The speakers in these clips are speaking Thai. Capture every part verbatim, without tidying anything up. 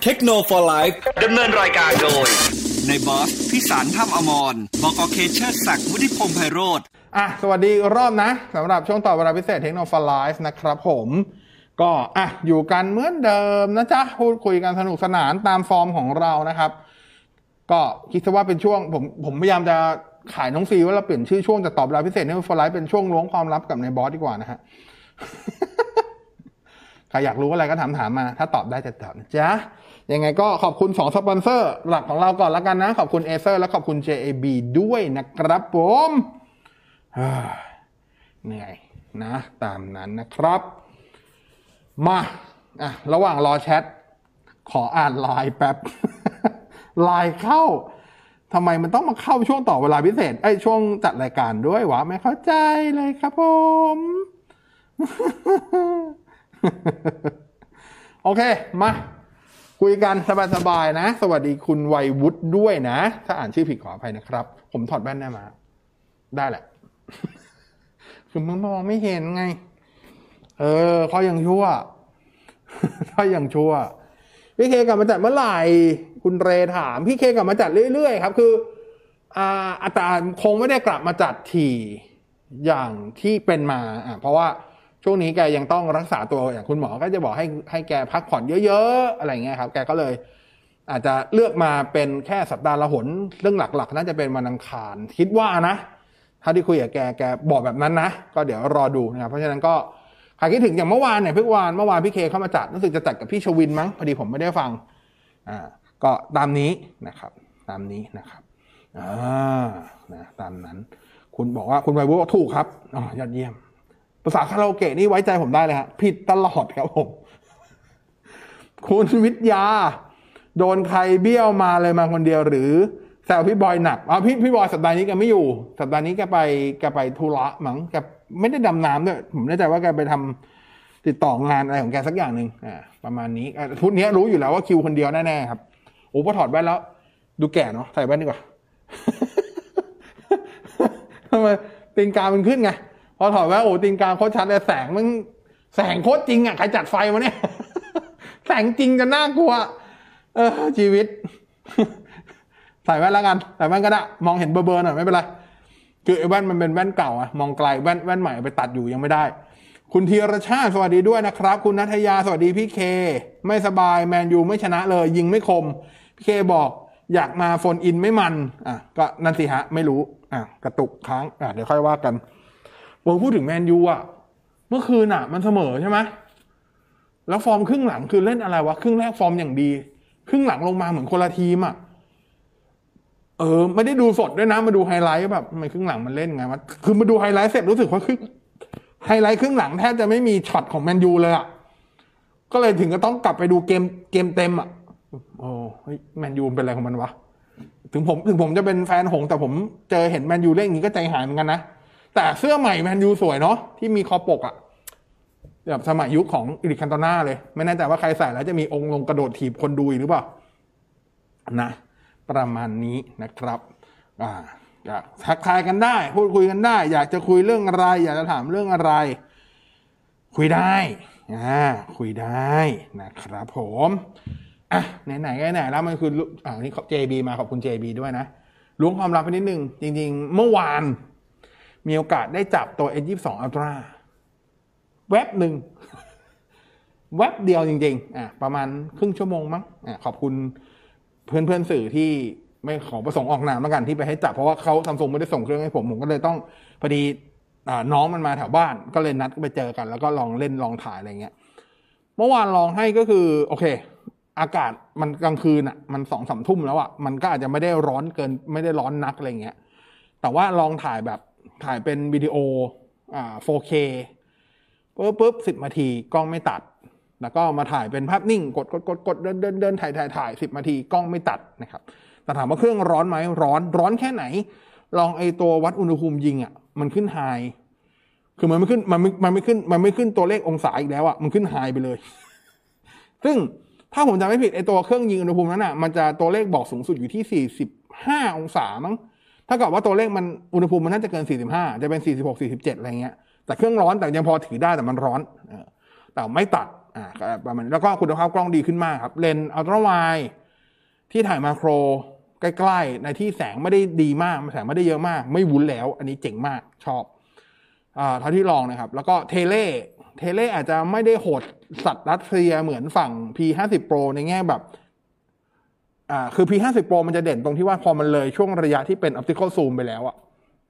เทคโนโลยีไลฟ์ดำเนินรายการโดยในบอสพิสารถ้ำอมรบก.เคเชอร์ศักดิ์วุฒิพงษ์ไพโรจน์อ่ะสวัสดีรอบนะสำหรับช่วงต่อเวลาพิเศษเทคโนโลยีไลฟ์นะครับผมก็อ่ะอยู่กันเหมือนเดิมนะจ๊ะพูดคุยกันสนุกสนานตามฟอร์มของเรานะครับก็คิดซะว่าเป็นช่วงผมผมพยายามจะขายน้องซีว่าเราเปลี่ยนชื่อช่วงจากตอบเวลาพิเศษเทคโนโลยีไลฟ์เป็นช่วงล้วงความลับกับในบอสดีกว่านะฮะ ใครอยากรู้อะไรก็ถามถามมาถ้าตอบได้จะตอบนะจ๊ะยังไงก็ขอบคุณสองสปอนเซอร์หลักของเราก่อนแล้วกันนะขอบคุณ Acer และขอบคุณ เจ เอ บี ด้วยนะครับผมเหนื่อยนะตามนั้นนะครับมาอ่ะระหว่างรอแชทขออ่านไลน์แป๊บ ไลน์เข้าทำไมมันต้องมาเข้าช่วงต่อเวลาพิเศษไอ้ช่วงจัดรายการด้วยวะไม่เข้าใจเลยครับผม โอเคมาคุยกันสบายๆนะสวัสดีคุณวัยวุฒิด้วยนะถ้าอ่านชื่อผิดขออภัยนะครับผมถอดแว่นได้มาได้แหละ คือมึงมองไม่เห็นไงเออเขายังชั่ว เขายังชั่วพี่เคกลับมาจัดเมื่อไหร่คุณเรถามพี่เคกลับมาจัดเรื่อยๆครับคืออ่าอาจารย์คงไม่ได้กลับมาจัดถี่อย่างที่เป็นมาอ่ะเพราะว่าช่วงนี้แกยังต้องรักษาตัวอย่างคุณหมอก็จะบอกให้ให้แกพักผ่อนเยอะๆอะไรเงี้ยครับแกก็เลยอาจจะเลือกมาเป็นแค่สัปดาห์ละหนเรื่องหลักๆน่าจะเป็นวันอังคารคิดว่านะถ้าที่คุยกับแกแกบอกแบบนั้นนะก็เดี๋ยวรอดูนะครับเพราะฉะนั้นก็ใครคิดถึงอย่างเมื่อวานเนี่ยเพิ่งวานเมื่อวานพี่เคเข้ามาจัดรู้สึกจะจัดกับพี่ชวินมั้งพอดีผมไม่ได้ฟังอ่าก็ตามนี้นะครับตามนี้นะครับอ่านะตามนั้นคุณบอกว่าคุณไววุฒิถูกครับอ๋อยอดเยี่ยมภาษาคาราโอเกะนี่ไว้ใจผมได้เลยฮะผิดตลอดครับผมคุณวิทยาโดนใครเบี้ยวมาเลยมาคนเดียวหรือแซวพี่บอยหนักอ๋อพี่พี่บอยสัปดาห์นี้แกไม่อยู่สัปดาห์นี้แกไปแกไปธุระมั้งแกไม่ได้ดำน้ำด้วยผมแน่ใจว่าแกไปทำติดต่องานอะไรของแกสักอย่างหนึ่งอ่าประมาณนี้พุธนี้รู้อยู่แล้วว่าคิวคนเดียวแน่ๆครับโอ้พอถอดแว่นแล้วดูแก่เนาะใส่แว่นดีกว่า ทำไมตีนกามันขึ้นไงพอถอดแว่นโอ้ตีนกาโคตรชัดเลยแสงมันแสงโคตรจริงอ่ะใครจัดไฟมาเนี่ย แสงจริงจะน่ากลัวเออชีวิต ใส่แว่นแล้วกันใส่แว่นก็ได้มองเห็นเบอร์ๆหน่อยไม่เป็นไรคือไอ้แว่นมันเป็นแว่นเก่าอะมองไกลแว่นแว่นใหม่ไปตัดอยู่ยังไม่ได้คุณธีรชาติสวัสดีด้วยนะครับคุณณัฐยาสวัสดีพี่เคไม่สบายแมนยูไม่ชนะเลยยิงไม่คมพี่เคบอกอยากมาโฟนอินไม่มันอ่ะก็นั่นสิฮะไม่รู้อ่ะกระตุกค้างอ่ะเดี๋ยวค่อยว่ากันผมพูดถึงแมนยูอ่ะเมื่อคืนอ่ะมันเสมอใช่ไหมแล้วฟอร์มครึ่งหลังคือเล่นอะไรวะครึ่งแรกฟอร์มอย่างดีครึ่งหลังลงมาเหมือนคนละทีมอ่ะเออไม่ได้ดูสดด้วยนะมาดูไฮไลท์แบบทำไมครึ่งหลังมันเล่นไงวะคือมาดูไฮไลท์เสร็จรู้สึกว่าครึ่งไฮไลท์ครึ่งหลังแทบจะไม่มีช็อตของแมนยูเลยอ่ะก็เลยถึงก็ต้องกลับไปดูเกมเกมเต็มอ่ะโอ้เฮ้ยแมนยูเป็นอะไรของมันวะถึงผมถึงผมจะเป็นแฟนหงแต่ผมเจอเห็นแมนยูเล่นอย่างนี้ก็ใจหายเหมือนกันนะแต่เสื้อใหม่แมนยูสวยเนาะที่มีคอปกอ่ะแบบสมัยยุคของอิริกคันโตนาเลยไม่แน่ใจว่าใครใส่แล้วจะมีองค์ลงกระโดดถีบคนดูหรือเปล่านะประมาณนี้นะครับอ่าอยากทักทายกันได้พูดคุยกันได้อยากจะคุยเรื่องอะไรอยากจะถามเรื่องอะไรคุยได้อ่าคุยได้นะครับผมอ่ะไหนๆก็ไหนแล้วมันคืออ่านี่ เจ บี มาขอบคุณ เจ บี ด้วยนะล้วงความลับไปนิดนึงจริงๆเมื่อวานมีโอกาสได้จับตัว เอส ยี่สิบสอง Ultra แวบหนึ่งแวบเดียวจริงๆอ่ะประมาณครึ่งชั่วโมงมั้งอ่ะขอบคุณเพื่อนเพื่อนสื่อที่ไม่ขอประสงค์ออกนามแล้วกันที่ไปให้จับเพราะว่าเขาซัมซุงไม่ได้ส่งเครื่องให้ผมผมก็เลยต้องพอดีอ่าน้องมันมาแถวบ้านก็เลยนัดไปเจอกันแล้วก็ลองเล่นลองถ่ายอะไรเงี้ยเมื่อวานลองให้ก็คือโอเคอากาศมันกลางคืนอ่ะมันสองสามทุ่มแล้วอ่ะมันก็อาจจะไม่ได้ร้อนเกินไม่ได้ร้อนนักอะไรเงี้ยแต่ว่าลองถ่ายแบบถ่ายเป็นวิดีโออ่า โฟร์เค ปุ๊บปุ๊บสิบนาทีกล้องไม่ตัดแล้วก็มาถ่ายเป็นภาพนิ่งกดกดกดกดเดินเดินเดินถ่ายถ่ายถ่ายสิบนาทีกล้องไม่ตัดนะครับแต่ถามว่าเครื่องร้อนไหมร้อนร้อนแค่ไหนลองไอตัววัดอุณหภูมิยิงอ่ะมันขึ้นไฮคือมันไม่ขึ้นมันไม่มันไม่ขึ้นมันไม่ขึ้นตัวเลของศาอีกแล้วอ่ะมันขึ้นไฮไปเลยซึ่งถ้าผมจำไม่ผิดไอตัวเครื่องยิงอุณหภูมินั้นอ่ะมันจะตัวเลขบอกสูงสุดอยู่ที่สี่สิบห้าองศามั้งถ้าเกิดว่าตัวเลขมันอุณหภูมิมันน่าจะเกินสี่สิบห้าจะเป็นสี่สิบหก สี่สิบเจ็ดอะไรเงี้ยแต่เครื่องร้อนแต่ยังพอถือได้แต่มันร้อนแต่ไม่ตัดอ่าประมาณแล้วก็คุณภาพกล้องดีขึ้นมากครับเลนส์อัลตร้าไวด์ที่ถ่ายมาโครใกล้ๆในที่แสงไม่ได้ดีมากแสงไม่ได้เยอะมากไม่วุ้นแล้วอันนี้เจ๋งมากชอบอ่าเท่าที่ลองนะครับแล้วก็เทเลเทเลอาจจะไม่ได้โหดสัตว์รัสเซียเหมือนฝั่ง พี ห้าสิบ Pro ในแง่แบบอ่าคือ พี ห้าสิบ Pro มันจะเด่นตรงที่ว่าพอมันเลยช่วงระยะที่เป็น optical zoom ไปแล้วอ่ะ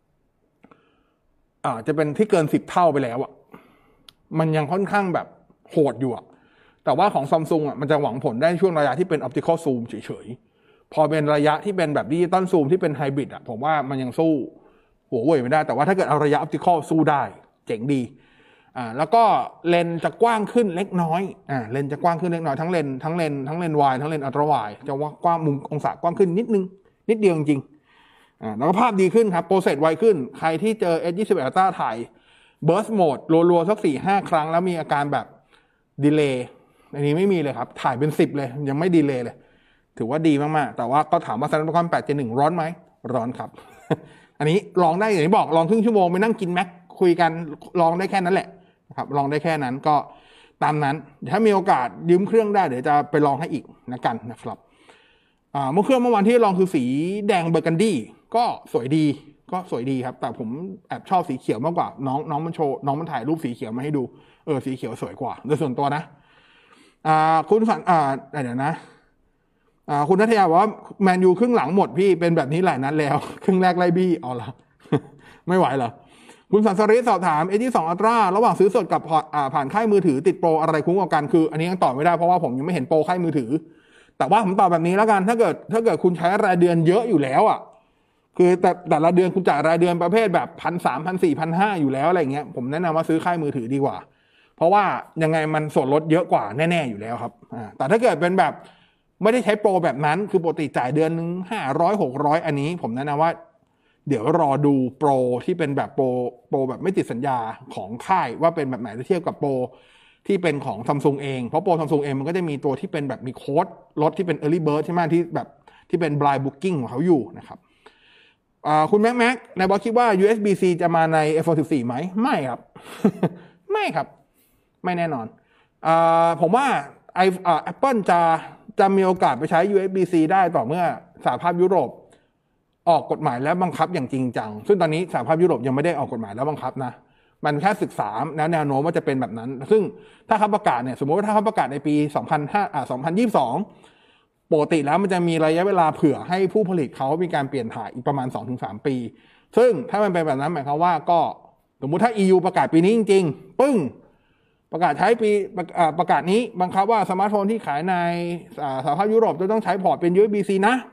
อ่าจะเป็นที่เกินสิบเท่าไปแล้วอ่ะมันยังค่อนข้างแบบโหดอยู่อ่ะแต่ว่าของ Samsung อ่ะมันจะหวังผลได้ช่วงระยะที่เป็น optical zoom เฉยๆพอเป็นระยะที่เป็นแบบดิจิตอลซูมที่เป็นไฮบริดอ่ะผมว่ามันยังสู้หัวเว่ยไม่ได้แต่ว่าถ้าเกิดเอาระยะ optical สู้ได้เจ๋งดีอ่าแล้วก็เลนจะกว้างขึ้นเล็กน้อยอ่าเลนจะกว้างขึ้นเล็กน้อยทั้งเลนทั้งเลนทั้งเลนวายทั้งเลนอัลตร้าไวด์จะว่ากว้างมุมองศากว้างขึ้นนิดนึงนิดเดียวจริงๆอ่าแล้วก็ภาพดีขึ้นครับโปรเซสไวขึ้นใครที่เจอ เอส ยี่สิบเอ็ด Ultra ถ่าย burst mode รัวๆสัก สี่ห้า ครั้งแล้วมีอาการแบบดีเลย์อันนี้ไม่มีเลยครับถ่ายเป็นสิบเลยยังไม่ดีเลย์เลยถือว่าดีมากๆแต่ว่าก็ถามว่า Snapdragon แปด Gen หนึ่ง ร้อนไหมร้อนครับ อันนี้ลองได้อย่างที่บอกลองครึ่งชั่วโมงไปนั่งกินแม็กคุยกันลองได้แค่นั้นแหละนะครับลองได้แค่นั้นก็ตามนั้นถ้ามีโอกาสยืมเครื่องได้เดี๋ยวจะไปลองให้อีกนะกันนะครับอ่าเมื่อเครื่องเมื่อวานที่ลองคือสีแดงเบอร์กันดี้ก็สวยดีก็สวยดีครับแต่ผมแอบชอบสีเขียวมากกว่าน้องน้องมันโชว์น้องมันถ่ายรูปสีเขียวมาให้ดูเออสีเขียวสวยกว่าโดยส่วนตัวนะอ่าคุณสันอ่าเดี๋ยวนะอ่าคุณนัทยาบอกว่าแมนยูครึ่งหลังหมดพี่เป็นแบบนี้หลายนัดแล้วครึ่งแรกไล่บี้อ๋อเหรอ ไม่ไหวเหรอคุณสันสริสอบถาม เอ ยี่สิบสอง Ultra ระหว่างซื้อสดกับผ่านค่ายมือถือติดโปรอะไรคุ้มกว่ากันคืออันนี้ยังตอบไม่ได้เพราะว่าผมยังไม่เห็นโปรค่ายมือถือแต่ว่าผมตอบแบบนี้แล้วกันถ้าเกิดถ้าเกิดคุณใช้รายเดือนเยอะอยู่แล้วอ่ะคือแต่แต่ละเดือนคุณจ่ายรายเดือนประเภทแบบพันสามพันสี่พันห้าอยู่แล้วอะไรเงี้ยผมแนะนำว่าซื้อค่ายมือถือดีกว่าเพราะว่ายังไงมันส่วนลดเยอะกว่าแน่ๆอยู่แล้วครับแต่ถ้าเกิดเป็นแบบไม่ได้ใช้โปรแบบนั้นคือปกติจ่ายเดือนนึงห้าร้อยหกร้อยอันนี้ผมแนะนำว่าเดี๋ยวรอดูโปรที่เป็นแบบโปรโปรแบบไม่ติดสัญญาของค่ายว่าเป็นแบบไหนเทียบกับโปรที่เป็นของ Samsung เองเพราะโปร Samsung เองมันก็จะมีตัวที่เป็นแบบมีโค้ดลดที่เป็น Early Bird ใช่ไหมที่แบบที่เป็น Blind Booking ของเขาอยู่นะครับคุณแม็กแม็กในบอสคิดว่า ยู เอส บี ซี จะมาใน ไอโฟน สิบสี่ไหมไม่ครับ ไม่ครับไม่แน่นอนอผมว่าไอแอปเปิลจะจะมีโอกาสไปใช้ ยู เอส บี ซี ได้ต่อเมื่อสหภาพยุโรปออกกฎหมายและบังคับอย่างจริงจังซึ่งตอนนี้สหภาพยุโรปยังไม่ได้ออกกฎหมายแล้วบังคับนะมันแค่ศึกษาแล้วแนวโน้มว่าจะเป็นแบบนั้นซึ่งถ้าเขาประกาศเนี่ยสมมติว่าถ้าเขาประกาศในปีสองพันห้าอ่าสองพันยี่สิบสองปกติแล้วมันจะมีระยะเวลาเผื่อให้ผู้ผลิตเขามีการเปลี่ยนถ่ายอีกประมาณ สองถึงสาม ปีซึ่งถ้ามันเป็นแบบนั้นหมายความว่าก็สมมุติถ้า อี ยู ประกาศปีนี้จริงๆปึ้งประกาศใช้ปีประกาศนี้บังคับว่าสมาร์ทโฟนที่ขายในสหภาพยุโรปจะต้องใช้พอร์ตเป็น ยู เอส บี ซี นะ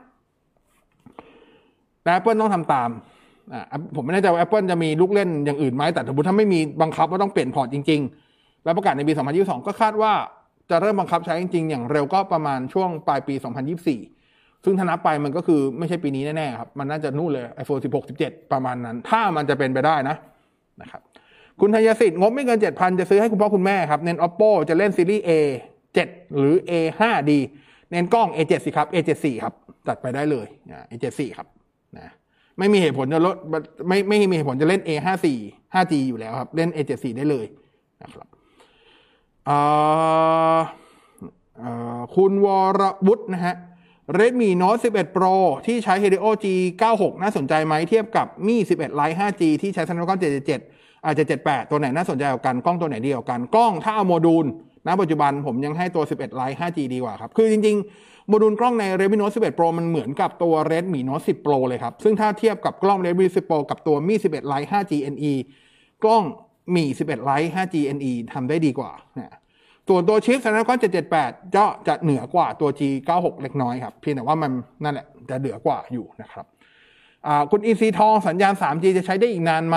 แต่ Apple ต้องทำตามอ่าผมไม่แน่ใจว่า Apple จะมีลูกเล่นอย่างอื่นไหมแต่สมมติถ้าไม่มีบังคับว่าต้องเปลี่ยนพอร์ตจริงๆแล้วประกาศในปีสองพันยี่สิบสองก็คาดว่าจะเริ่มบังคับใช้จริงๆอย่างเร็วก็ประมาณช่วงปลายปีสองพันยี่สิบสี่ซึ่งถ้านับไปมันก็คือไม่ใช่ปีนี้แน่ๆครับมันน่าจะนู่นเลย iPhone สิบหก สิบเจ็ด ประมาณนั้นถ้ามันจะเป็นไปได้นะนะครับคุณธัญสิทธิ์งบไม่เกิน เจ็ดพัน จะซื้อให้คุณพ่อคุณแม่ครับเน้น Oppo จะเล่นซีรีส์ เอ เจ็ด หรือ เอ ห้า ดี เน้นกล้อง เอ เจ็ด สิครับ เอ เจ็ดสิบสี่ ครับตัดไปได้เลยอ่า เอ เจ็ดสิบสี่ ครับนะไม่มีเหตุผลจะลดไม่ไม่มีเหตุผลจะเล่น เอ ห้าสิบสี่ ห้าจี อยู่แล้วครับเล่น เอ เจ็ดสิบสี่ ได้เลยนะครับอ่าอ่าคุณวรวุฒินะฮะ Redmi Note สิบเอ็ด Pro ที่ใช้ Helio จี เก้าสิบหก น่าสนใจไหมเทียบกับ Mi สิบเอ็ด Lite ห้าจี ที่ใช้ Snapdragon เจ็ดเจ็ดเจ็ดอาจจะเจ็ดแปดตัวไหนน่าสนใจกว่ากันกล้องตัวไหนดีกว่ากันกล้องถ้าเอาโมดูลณปัจจุบันผมยังให้ตัวสิบเอ็ด Lite ห้าจี ดีกว่าครับคือจริงๆโมดูลกล้องใน Redmi Note สิบเอ็ด Pro มันเหมือนกับตัว Redmi Note สิบ Pro เลยครับซึ่งถ้าเทียบกับกล้อง Redmi สิบ Pro กับตัว Mi สิบเอ็ด Lite ห้าจี เอ็น อี กล้อง Mi สิบเอ็ด Lite ห้าจี เอ็น อี ทำได้ดีกว่านะส่วนตัวชิป Snapdragon เจ็ดเจ็ดแปดก็จะเหนือกว่าตัว จี เก้าสิบหก เล็กน้อยครับเพียงแต่ว่ามันนั่นแหละจะเหนือกว่าอยู่นะครับอ่าคุณอินซีทองสัญญาณ ทรีจี จะใช้ได้อีกนานไหม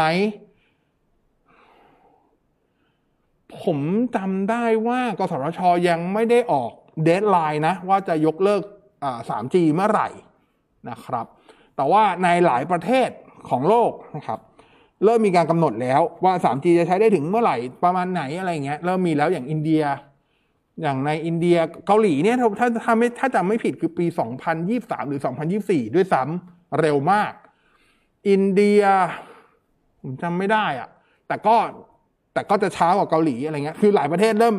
ผมจำได้ว่ากสทช.ยังไม่ได้ออกเดดไลน์นะว่าจะยกเลิกอ่า ทรีจี เมื่อไหร่นะครับแต่ว่าในหลายประเทศของโลกนะครับเริ่มมีการกำหนดแล้วว่า ทรีจี จะใช้ได้ถึงเมื่อไหร่ประมาณไหนอะไรเงี้ยเริ่มมีแล้วอย่างอินเดียอย่างในอินเดียเกาหลีเนี่ยถ้าถ้าไม่ถ้าจำไม่ผิดคือปีสองพันยี่สิบสามหรือสองพันยี่สิบสี่ด้วยซ้ำเร็วมากอินเดียผมจำไม่ได้อะแต่ก็แต่ก็จะช้ากว่าเกาหลีอะไรเงี้ยคือหลายประเทศเริ่ม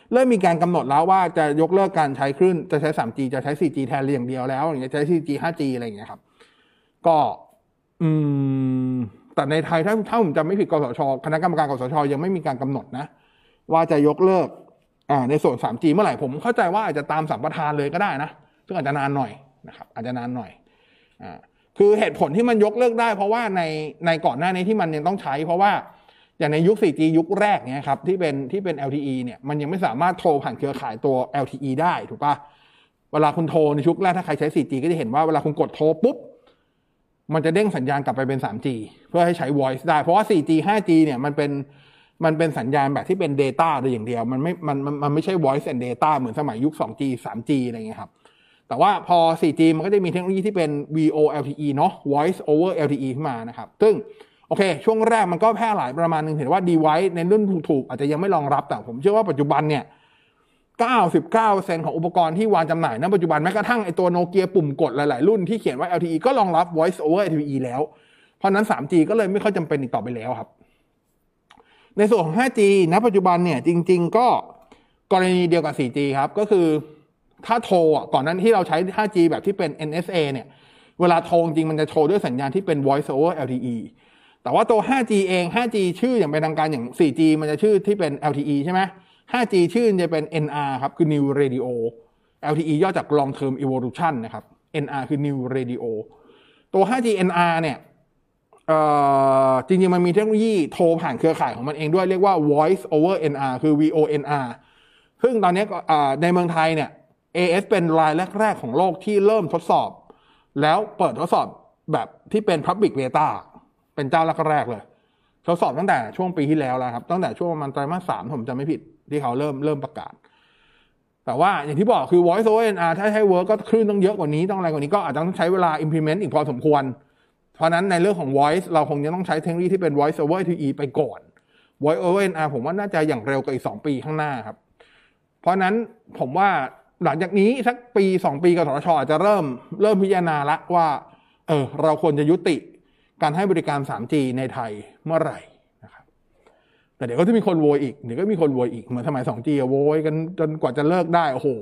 เริ่มมีการกำหนดแล้วว่าจะยกเลิกการใช้คลื่นจะใช้ ทรีจี จะใช้ โฟร์จี แทนอย่างเดียวแล้วอย่างเงี้ยใช้ โฟร์จี ไฟว์จี อะไรอย่างเงี้ยครับก็อืมแต่ในไทยถ้าถ้าผมจำไม่ผิดกสชคณะกรรมการกสชยังไม่มีการกำหนดนะว่าจะยกเลิกอ่าในส่วน ทรีจี เมื่อไหร่ผมเข้าใจว่าอาจจะตามสัมปทานเลยก็ได้นะซึ่งอาจจะนานหน่อยนะครับอาจจะนานหน่อยอ่าคือเหตุผลที่มันยกเลิกได้เพราะว่าในในก่อนหน้านี้ที่มันยังต้องใช้เพราะว่าอย่างในยุค โฟร์จี ยุคแรกเนี่ยครับที่เป็นที่เป็น แอล ที อี เนี่ยมันยังไม่สามารถโทรผ่านเครือข่ายตัว แอล ที อี ได้ถูกป่ะเวลาคุณโทรในยุคแรกถ้าใครใช้ โฟร์จี ก็จะเห็นว่าเวลาคุณกดโทรปุ๊บมันจะเด้งสัญญาณกลับไปเป็น ทรีจี เพื่อให้ใช้ voice ได้เพราะว่า โฟร์จี ไฟว์จี เนี่ยมันเป็นมันเป็นสัญญาณแบบที่เป็น data โดยอย่างเดียวมันไม่มันมันมันไม่ใช่ voice and data เหมือนสมัยยุค ทูจี ทรีจี อะไรเงี้ยครับแต่ว่าพอ โฟร์จี มันก็จะมีเทคโนโลยีที่เป็น วี โอ แอล ที อี เนาะ voice over แอล ที อี ขึ้นมานะครับซึ่งโอเคช่วงแรกมันก็แพร่หลายประมาณนึงเห็นว่า device ในรุ่นถูกๆอาจจะยังไม่รองรับแต่ผมเชื่อว่าปัจจุบันเนี่ย เก้าสิบเก้าเปอร์เซ็นต์ ของอุปกรณ์ที่วางจำหน่ายณปัจจุบันแม้กระทั่งไอตัวโนเกียปุ่มกดหลายๆรุ่นที่เขียนว่า แอล ที อี ก็รองรับ voice over แอล ที อี แล้วเพราะนั้น ทรีจี ก็เลยไม่ค่อยจำเป็นอีกต่อไปแล้วครับในส่วนของ ไฟว์จี ณปัจจุบันเนี่ยจริงๆก็กรณีเดียวกับ โฟร์จี ครับก็คือถ้าโทรอ่ะก่อนนั้นที่เราใช้ ไฟว์จี แบบที่เป็น เอ็น เอส เอ เนี่ยเวลาโทรจริงมันจะโทรด้วยสัญญาณที่เป็น voice over แอล ที อี แต่ว่าตัว ไฟว์จี เอง ไฟว์จี ชื่ออย่างเป็นทางการอย่าง โฟร์จี มันจะชื่อที่เป็น แอล ที อี ใช่ไหม ไฟว์จี ชื่อจะเป็น เอ็น อาร์ ครับคือ New Radio แอล ที อี ย่อจาก Long Term Evolution นะครับ เอ็น อาร์ คือ New Radio ตัว ไฟว์จี เอ็น อาร์ เนี่ยเอ่อจริงๆมันมีเทคโนโลยีโทรผ่านเครือข่ายของมันเองด้วยเรียกว่า Voice over เอ็น อาร์ คือ วี โอ เอ็น อาร์ ซึ่งตอนนี้ในเมืองไทยเนี่ย เอ เอส เป็นรายแรกๆของโลกที่เริ่มทดสอบแล้วเปิดทดสอบแบบที่เป็น Public Beta เป็นเจ้าแรกๆเลยทดสอบตั้งแต่ช่วงปีที่แล้วแล้วครับตั้งแต่ช่วงประมาณไตรมาสสามผมจำไม่ผิดที่เขาเริ่มเริ่มประกาศแต่ว่าอย่างที่บอกคือ Voice over เอ็น อาร์ ถ้าให้ work ก็คลื่นต้องเยอะกว่านี้ต้องอะไรกว่านี้ก็อาจจะต้องใช้เวลา implement อีกพอสมควรเพราะนั้นในเรื่องของ voice เราคงจะต้องใช้เทคโนโลยีที่เป็น voice over แอล ที อี ไปก่อน voice over เอ็น อาร์ ผมว่าน่าจะอย่างเร็วกว่าอีกสองปีข้างหน้าครับเพราะนั้นผมว่าหลังจากนี้สักปีสองปีกสทช.อาจจะเริ่มเริ่มพิจารณาละว่าเออเราควรจะยุติการให้บริการ ทรีจี ในไทยเมื่อไหร่นะครับแต่เดี๋ยวก็จะมีคนโวยอีกเดี๋ยวก็มีคนโวยอีกเหมือนสมัย ทูจี อะโวยกันจนกว่าจะเลิกได้โอ้โห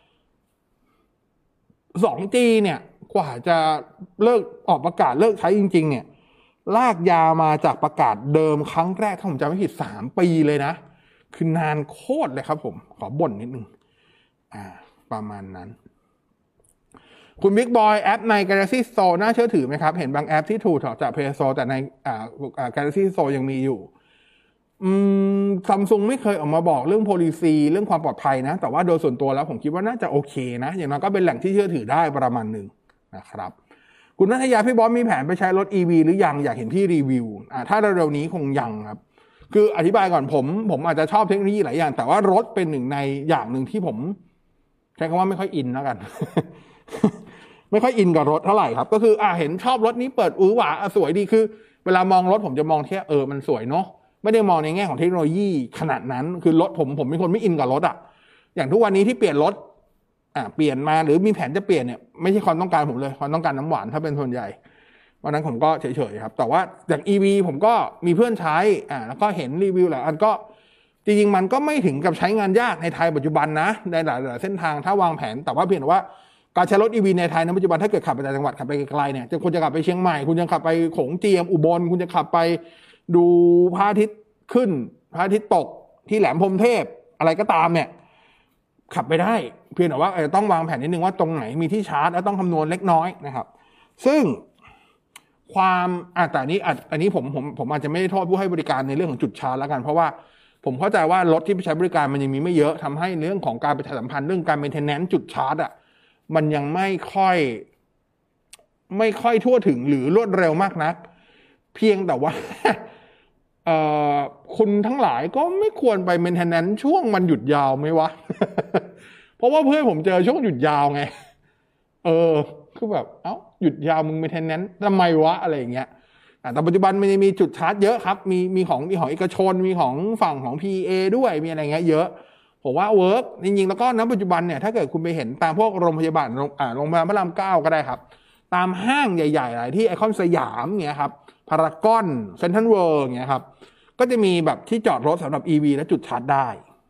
ทูจี เนี่ยกว่าจะเลิกออกประกาศเลิกใช้จริงๆเนี่ยลากยาวมาจากประกาศเดิมครั้งแรกถ้าผมจำไม่ผิดสามปีเลยนะคือนานโคตรเลยครับผมขอบ่นนิดนึงอ่าประมาณนั้นคุณบิ๊กบอยแอปใน Galaxy Store น่าเชื่อถือไหมครับเห็นบางแอปที่ถูกถอดจาก Play Store แต่ในอ่าอ่า Galaxy Store ยังมีอยู่อืม Samsung ไม่เคยออกมาบอกเรื่อง policy เรื่องความปลอดภัยนะแต่ว่าโดยส่วนตัวแล้วผมคิดว่าน่าจะโอเคนะอย่างน้อยก็เป็นแหล่งที่เชื่อถือได้ประมาณนึงนะครับคุณนัทยาพี่บอสมีแผนไปใช้รถ อี วี หรือยังอยากเห็นพี่รีวิวอ่าถ้าเร็วๆนี้คงยังครับคืออธิบายก่อนผมผมอาจจะชอบเทคโนโลยีหลายอย่างแต่ว่ารถเป็นหนึ่งในอย่างหนึ่งที่ผมใช้คำว่าไม่ค่อยอินแล้วกัน ไม่ค่อยอินกับรถเท่าไหร่ครับก็คืออ่าเห็นชอบรถนี้เปิดอื้อหวาสวยดีคือเวลามองรถผมจะมองแค่เออมันสวยเนาะไม่ได้มองในแง่ของเทคโนโลยีขนาดนั้นคือรถผมผมเป็นคนไม่อินกับรถอ่ะอย่างทุกวันนี้ที่เปลี่ยนรถอ่าเปลี่ยนมาหรือมีแผนจะเปลี่ยนเนี่ยไม่ใช่ความต้องการผมเลยความต้องการน้ำหวานถ้าเป็นส่วนใหญ่วันนั้นผมก็เฉยๆครับแต่ว่าอย่าง อี วี ผมก็มีเพื่อนใช้อ่าแล้วก็เห็นรีวิวหลายอันก็จริงๆมันก็ไม่ถึงกับใช้งานยากในไทยปัจจุบันนะในหลายๆเส้นทางถ้าวางแผนแต่ว่าเพียงแต่ว่าการใช้รถ อี วี ในไทยในปัจจุบันถ้าเกิดขับไปต่างจังหวัดขับไปไกลๆเนี่ยจะคุณจะขับไปเชียงใหม่คุณจะขับไปโขงเจียมอุบลคุณจะขับไปดูพระอาทิตย์ขึ้นพระอาทิตย์ตกที่แหลมพรหมเทพอะไรก็ตามเนี่ยขับไปได้เพียงแต่ว่าต้องวางแผนนิดนึงว่าตรงไหนมีที่ชาร์จแล้วต้องคำนวณเล็กน้อยนะครับซึ่งความอ่ะแต่อันนี้อันนี้ผมผมผมอาจจะไม่ได้โทษผู้ให้บริการในเรื่องของจุดชาร์จแล้วกันเพราะว่าผมเข้าใจว่ารถที่ไปใช้บริการมันยังมีไม่เยอะทำให้เรื่องของการประชาสัมพันธ์เรื่องการเมนเทนแนนซ์จุดชาร์จอ่ะมันยังไม่ค่อยไม่ค่อยทั่วถึงหรือรวดเร็วมากนักเพียงแต่ว่า เอ่อคุณทั้งหลายก็ไม่ควรไปเมนเทนแนนซ์ช่วงมันหยุดยาวไหมวะ เพราะว่าเพื่อนผมเจอช่วงหยุดยาวไงเออคือแบบเอ้าหยุดยาวมึงเมนเทนแนนซ์ทำไมวะอะไรอย่างเงี้ยแต่ปัจจุบันมันจะมีจุดชาร์จเยอะครับมีมีของมีของเอกชนมีของฝั่งของ พี เอ ด้วยมีอะไรเงี้ยเยอะผมว่าเวิร์กจริงๆแล้วก็ณปัจจุบันเนี่ยถ้าเกิดคุณไปเห็นตามพวกโรงพยาบาลอ่าโรงพยาบาลพระรามเก้าก็ได้ครับตามห้างใหญ่ๆหลายที่ไอคอนสยามเงี้ยครับพารากอนเซ็นทรัลเวิลด์เงี้ยครับก็จะมีแบบที่จอดรถสำหรับ อี วี และจุดชาร์จได้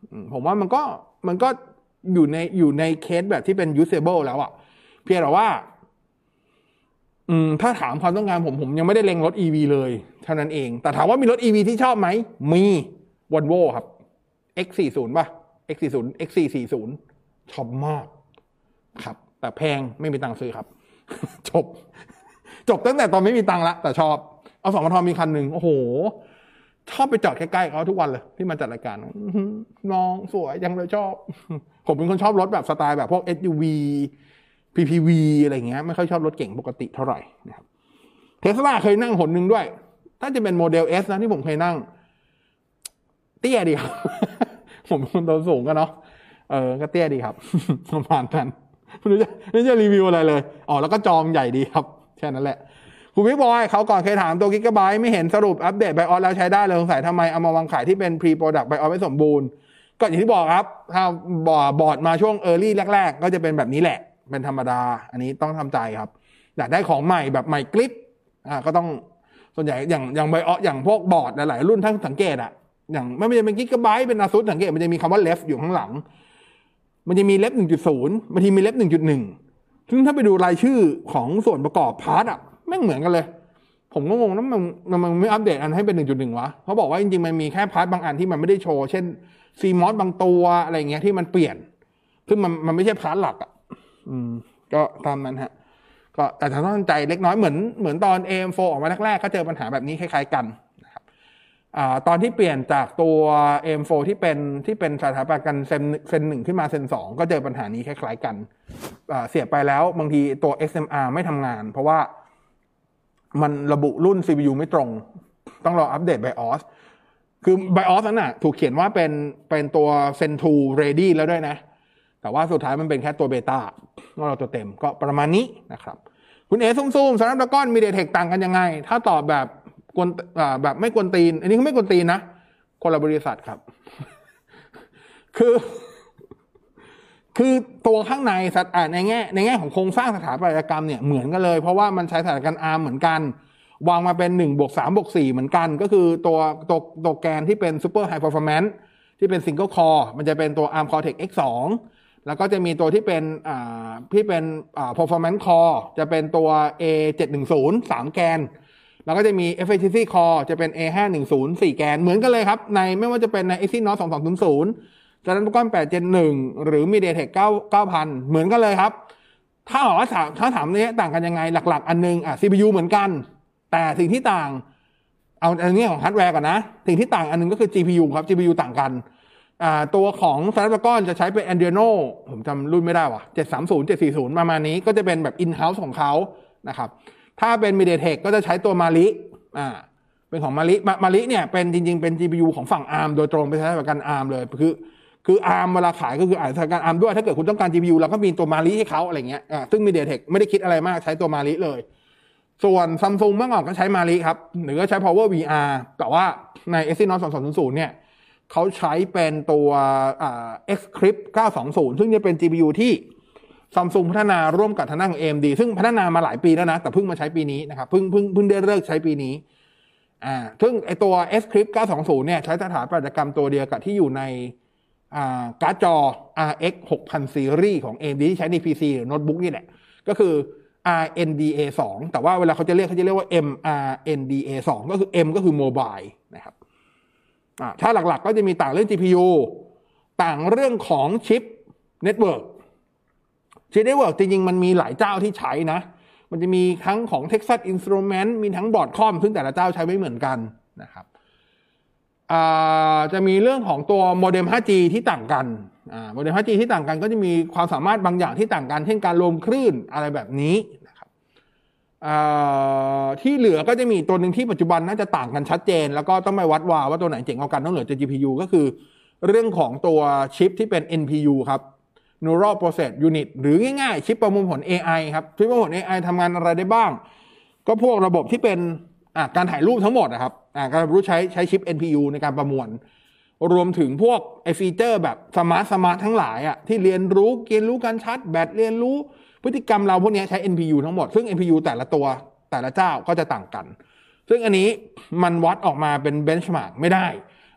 ผมว่ามันก็มันก็อยู่ในอยู่ในเคสแบบที่เป็น usable แล้วอะเพียงแต่ว่าอืมถ้าถามความต้องการผมผมยังไม่ได้เล็งรถ อี วี เลยเท่านั้นเองแต่ถามว่ามีรถ อี วี ที่ชอบไหมมี Volvo ครับ เอ็กซ์ สี่สิบ ป่ะ เอ็กซ์ สี่สิบ เอ็กซ์ สี่สี่สิบ ชอบมากครับแต่แพงไม่มีตังค์ซื้อครับ จบจบตั้งแต่ตอนไม่มีตังค์ละแต่ชอบเอาสองมทมีคันหนึ่งโอ้โหชอบไปจอดใกล้ๆเขาทุกวันเลยที่มาจัดรายการน้องสวยยังเลยชอบผมเป็นคนชอบรถแบบสไตล์แบบพวก เอส ยู วี พี พี วี อะไรเงี้ยไม่ค่อยชอบรถเก่งปกติเท่าไหร่นะครับเทสลาเคยนั่งหนหนึ่งด้วยถ้าจะเป็นโมเดล S นะที่ผมเคยนั่งเตี้ยดีครับ ผมเป็นคนตัวสูงกันเนาะเออก็เตี้ยดีครับ ประมาณนั้นไม่รู้จะไม่จะรีวิวอะไรเลยอ๋อแล้วก็จอมใหญ่ดีครับแค่นั้นแหละคุณพี่บอยเขาก่อนเคยถามตัวกิกะไบต์ไม่เห็นสรุปอัปเดตไบออสแล้วใช้ได้เลยสงสัยทำไมเอามาวางขายที่เป็นพรีโปรดักต์ไบออสไม่สมบูรณ์ก็อย่างที่บอกครับถ้าบอร์ดมาช่วงเออร์ลี่แรกๆก็จะเป็นแบบนี้แหละเป็นธรรมดาอันนี้ต้องทำใจครับอยากได้ของใหม่แบบใหม่กริปอ่าก็ต้องส่วนใหญ่อย่างอย่างไบออสอย่างพวกบอร์ดหลายๆรุ่นถ้าสังเกตอะอย่างไม่ว่าจะเป็นกิกะไบต์เป็น Asus สังเกตมันจะมีคำว่า left อยู่ข้างหลังมันจะมี left หนึ่งจุดศูนย์ บางทีมี left หนึ่งจุดหนึ่ง ซึ่งถ้าไปดูรายชื่อของส่วนประกอบพาร์ทอ่ะแม่งเหมือนกันเลยผมก็งงแล้วมันมันไม่อัปเดตอันให้เป็น หนึ่งจุดหนึ่ง วะเขาบอกว่าจริงๆมันมีแค่พาร์ทบางอันที่มันไม่ได้โชว์เช่น ซี มอส บางตัวอะไรเงี้ยที่มันเปลี่ยนซึ่งมันมันไม่ใช่พาร์ทหลักอ่ะอืมก็ตามนั้นฮะก็แต่ถ้าต้องใจเล็กน้อยเหมือนเหมือนตอน เอ เอ็ม โฟร์ ออกมาแรกๆก็เจอปัญหาแบบนี้คล้ายๆกันอ่าตอนที่เปลี่ยนจากตัว เอ เอ็ม โฟร์ ที่เป็นที่เป็นสถาปัตยกรรมเซนเซนหนึ่งขึ้นมาเซนสองก็เจอปัญหานี้คล้ายๆกันอ่าเสียบไปแล้วบางทีตัว เอ็กซ์ เอ็ม อาร์ ไม่ทำงานเพราะว่ามันระบุรุ่น ซี พี ยู ไม่ตรงต้องรออัปเดต ไบออส คือ ไบออส นั้นน่ะถูกเขียนว่าเป็นเป็นตัว เซน ทู ready แล้วด้วยนะแต่ว่าสุดท้ายมันเป็นแค่ตัวเบต้าก็เราตัวเต็มก็ประมาณนี้นะครับคุณเอซุ่มๆสำหรับตะก้อนมีเดเทคต่างกันยังไงถ้าตอบแบบกวนแบบไม่กวนตีนอันนี้เขาไม่กวนตีนนะคนละบริษัทครับ คือคือตัวข้างในสัตว์ในแง่ในแง่ของโครงสร้างสถาปัตยกรรมเนี่ยเหมือนกันเลยเพราะว่ามันใช้สถาปัตยกรรม อาร์ม เหมือนกันวางมาเป็นหนึ่งบวกสามบวกสี่เหมือนกันก็คือตัวตัวตัวแกนที่เป็น Super High Performance ที่เป็น Single Core มันจะเป็นตัว อาร์ม Cortex เอ็กซ์ ทู แล้วก็จะมีตัวที่เป็นอ่าที่เป็นอ่า Performance Core จะเป็นตัว เอ เจ็ดหนึ่งศูนย์ สามแกนแล้วก็จะมี Efficiency Core จะเป็น เอ ห้าหนึ่งศูนย์ สี่แกนเหมือนกันเลยครับในไม่ว่าจะเป็นใน Exynos สองสองศูนย์ศูนย์ Snapdragon แปด Gen หนึ่งหรือ MediaTek เก้า เก้าพันเหมือนกันเลยครับถ้าบอกว่าถ้าถามเนี้ยต่างกันยังไงหลักๆอันนึงอ่ะ ซี พี ยู เหมือนกันแต่สิ่งที่ต่างเอาอันนี้ของฮาร์ดแวร์ก่อนนะสิ่งที่ต่างอันนึงก็คือ จี พี ยู ครับ จี พี ยู ต่างกันอ่าตัวของ Snapdragon จะใช้เป็น Adreno ผมจำรุ่นไม่ได้ว่ะเจ็ดสามศูนย์ เจ็ดสี่ศูนย์ประมาณนี้ก็จะเป็นแบบ in-house ของเขานะครับถ้าเป็น MediaTek ก็จะใช้ตัว Mali อ่าเป็นของ Mali Mali เนี่ยเป็นจริงๆเป็น จี พี ยู ของฝั่ง อาร์ม โดยตรงไปใช้กับการ อาร์ม เลยคือคือ อาร์ม เวลาขายก็คืออาจจะการ อาร์ม ด้วยถ้าเกิดคุณต้องการ จี พี ยู เราก็มีตัว Mali ให้เขาอะไรเงี้ยอ่าซึ่ง MediaTek ไม่ได้คิดอะไรมากใช้ตัว Mali เลยส่วน Samsung เมื่อก่อนก็ใช้ Mali ครับหรือก็ใช้ Power วี อาร์ แต่ว่าใน Exynos สองสองศูนย์ศูนย์เนี่ยเขาใช้เป็นตัวอ่า Xcrypt เก้าสองศูนย์ซึ่งจะเป็น จี พี ยู ที่ Samsung พัฒนาร่วมกับทางด้านของ เอ เอ็ม ดี ซึ่งพัฒนามาหลายปีแล้วนะแต่เพิ่งมาใช้ปีนี้นะครับเพิ่งเพิ่งเพิ่งได้เลิกใช้ปีนี้อ่าซึ่งไอตัว Xcrypt เก้าสองศูนย์เนี่ยใช้สถาปัตยกรรมตัวเดียวกับที่อยู่ในอ่าการ์ดจอ อาร์ เอ็กซ์ หกพัน ซีรีส์ของ เอ เอ็ม ดี ที่ใช้ใน พี ซี หรือโน้ตบุ๊กนี่แหละก็คือ อาร์ เอ็น ดี เอ สอง แต่ว่าเวลาเขาจะเรียกเขาจะเรียกว่า เอ็ม อาร์ เอ็น ดี เอ สอง ก็คือ M ก็คือ Mobile นะครับอ่าถ้าหลักๆก็จะมีต่างเรื่อง จี พี ยู ต่างเรื่องของชิป Network ชิป Network จริงๆมันมีหลายเจ้าที่ใช้นะมันจะมีทั้งของ Texas Instruments มีทั้ง Broadcom ซึ่งแต่ละเจ้าใช้ไม่เหมือนกันนะครับอ่าจะมีเรื่องของตัวโมเด็ม ไฟว์จี ที่ต่างกันอ่าโมเด็ม ไฟว์จี ที่ต่างกันก็จะมีความสามารถบางอย่างที่ต่างกันเช่นการรวมคลื่นอะไรแบบนี้นะครับอ่าที่เหลือก็จะมีตัวหนึ่งที่ปัจจุบันน่าจะต่างกันชัดเจนแล้วก็ต้องไปวัดว่าว่าตัวไหนเจ๋งกว่ากันต้องเหลือจะ จี พี ยู ก็คือเรื่องของตัวชิปที่เป็น เอ็น พี ยู ครับ Neural Process Unit หรือง่ายๆชิปประมวลผล เอ ไอ ครับชิปประมวลผล เอ ไอ ทำงานอะไรได้บ้างก็พวกระบบที่เป็นอ่าการถ่ายรูปทั้งหมดนะครับอ่าการรู้ใช้ใช้ชิป เอ็น พี ยู ในการประมวลรวมถึงพวกไอฟีเจอร์แบบสมาร์ทสมาร์ททั้งหลายอ่ะที่เรียนรู้เรียนรู้การชาร์จแบตเรียนรู้พฤติกรรมเราพวกนี้ใช้ เอ็น พี ยู ทั้งหมดซึ่ง เอ็น พี ยู แต่ละตัวแต่ละเจ้าก็จะต่างกันซึ่งอันนี้มันวัดออกมาเป็นเบนช์มาร์กไม่ได้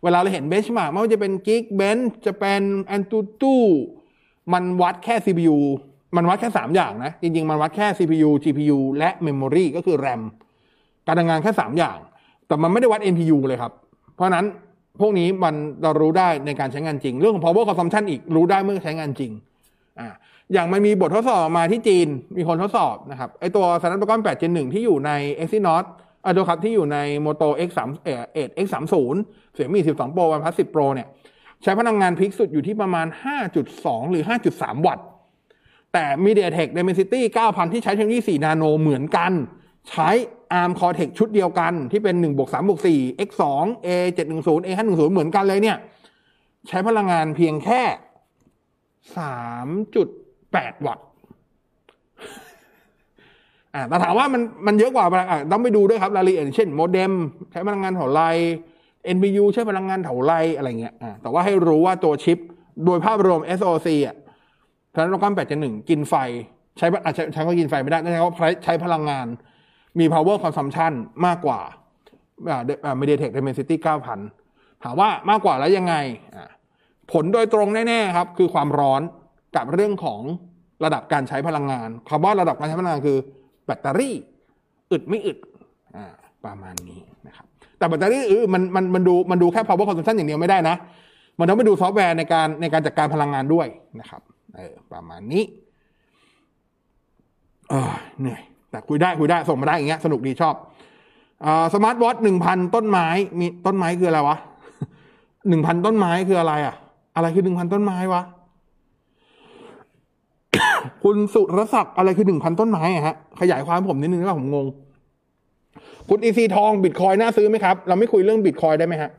เวลาเราเห็นเบนช์มาร์กไม่ว่าจะเป็น Geekbench จะเป็น Antutu มันวัดแค่ ซี พี ยู มันวัดแค่สามอย่างนะจริงๆมันวัดแค่ ซี พี ยู จี พี ยู และ Memory ก็คือ RAM การทำงานแค่สามอย่างแต่มันไม่ได้วัด เอ็น พี ยู เลยครับเพราะนั้นพวกนี้มันเรารู้ได้ในการใช้งานจริงเรื่องของ power consumption อีกรู้ได้เมื่อใช้งานจริงอ่าอย่างมันมีบททดสอบมาที่จีนมีคนทดสอบนะครับไอตัว Snapdragon แปด Gen หนึ่งที่อยู่ใน Exynos อ่ะดูครับที่อยู่ใน Moto เอ็กซ์ สาม เอ่อ เอ็ด เอ็กซ์ สามสิบ เสี่ยมี่ สิบสอง Pro OnePlus สิบ Pro เนี่ยใช้พลังงานพีคสุดอยู่ที่ประมาณ ห้าจุดสอง หรือ ห้าจุดสาม วัตต์แต่ MediaTek Dimensity เก้าพัน ที่ใช้เทคโนโลยีสี่นาโนเหมือนกันใช้ Arm Cortex ชุดเดียวกันที่เป็น หนึ่งบวกสามบวกสี่ เอ็กซ์ สอง เอ เจ็ดหนึ่งศูนย์ เอ ห้าหนึ่งศูนย์ เหมือนกันเลยเนี่ยใช้พลังงานเพียงแค่ สามจุดแปด วัตต์อ่าแต่ถามว่ามันมันเยอะกว่าอ่ะต้องไปดูด้วยครับรายละเอียดเช่นโมเด็มใช้พลังงานเท่าไร เอ็น พี ยู ใช้พลังงานเท่าไรอะไรเงี้ยอ่าแต่ว่าให้รู้ว่าตัวชิปโดยภาพรวม เอส โอ ซี อ่ะSnapdragon แปด Gen หนึ่งกินไฟใช้อาจจะใช้ก็กินไฟไม่ได้แต่ว่าใช้พลังงานมี power consumption มากกว่าอ่า MediaTek Dimensity เก้าพัน ถามว่ามากกว่าแล้วยังไงอ่าผลโดยตรงแน่ๆครับคือความร้อนกับเรื่องของระดับการใช้พลังงานคำว่าระดับการใช้พลังงานคือแบตเตอรี่อึดไม่อึดอ่าประมาณนี้นะครับแต่แบตเตอรี่อึดมันมันมันดูมันดูแค่ power consumption อย่างเดียวไม่ได้นะมันต้องไปดูซอฟต์แวร์ในการในการจัดการพลังงานด้วยนะครับเออประมาณนี้เออเหนื่อยแต่คุยได้คุยได้ส่งมาได้อย่างเงี้ยสนุกดีชอบอ่าสมาร์ทวอทช์ หนึ่งพัน ต้นไม้มีต้นไม้คืออะไรวะ หนึ่งพัน ต้นไม้คืออะไรอ่ะอะไรคือ หนึ่งพัน ต้นไม้วะ คุณสุรศักดิ์อะไรคือ หนึ่งพัน ต้นไม้อะฮะขยายความผมนิดนึงว่าผมงงคุณอีซีทองบิตคอยน่าซื้อไหมครับเราไม่คุยเรื่องบิตคอยได้ไหมฮะ